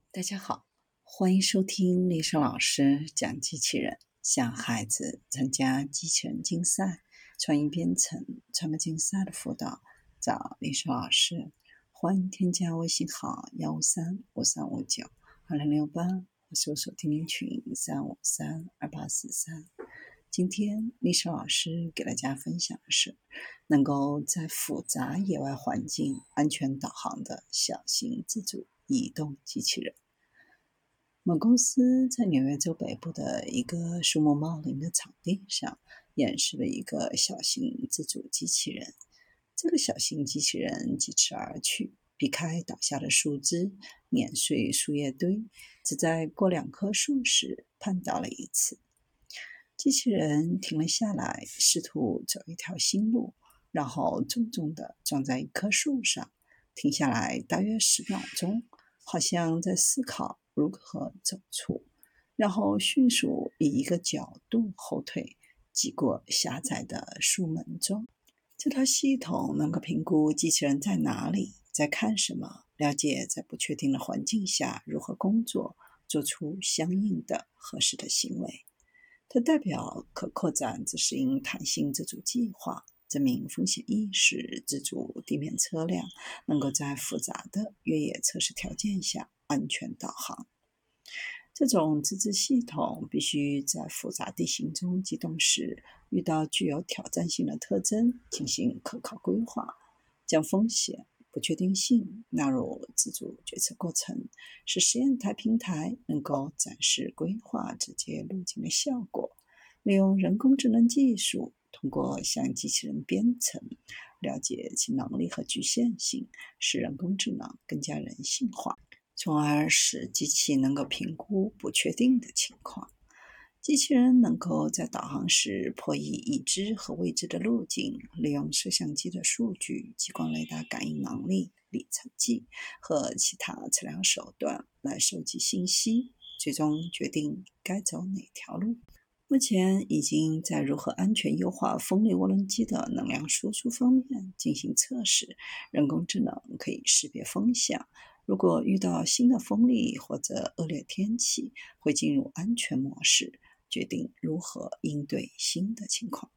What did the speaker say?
大家好，欢迎收听丽莎老师讲机器人，向孩子参加机器人竞赛、创意编程、传播竞赛的辅导，找丽莎老师。欢迎添加微信号15353592068，或搜索钉钉群3532843。今天丽莎老师给大家分享的是能够在复杂野外环境安全导航的小型自主移动机器人。某公司在纽约州北部的一个树木茂林的草地上演示了一个小型自主机器人。这个小型机器人疾驰而去，避开倒下的树枝，碾碎树叶堆，只在过2棵树时绊倒了一次。机器人停了下来，试图走一条新路，然后重重地撞在一棵树上，停下来大约10秒钟，好像在思考如何走出，然后迅速以一个角度后退，挤过狭窄的树门中。这套系统能够评估机器人在哪里，在看什么，了解在不确定的环境下如何工作，做出相应的合适的行为。它代表可扩展自适应弹性自主计划，证明风险意识自主地面车辆能够在复杂的越野测试条件下安全导航。这种自制系统必须在复杂地形中机动时，遇到具有挑战性的特征进行可靠规划，将风险、不确定性纳入自主决策过程，使实验台平台能够展示规划直接路径的效果。利用人工智能技术，通过向机器人编程，了解其能力和局限性，使人工智能更加人性化，从而使机器能够评估不确定的情况。机器人能够在导航时破译已知和未知的路径，利用摄像机的数据、激光雷达感应能力、里程计和其他测量手段来收集信息，最终决定该走哪条路。目前已经在如何安全优化风力涡轮机的能量输出方面进行测试。人工智能可以识别风向，如果遇到新的风力或者恶劣天气，会进入安全模式，决定如何应对新的情况。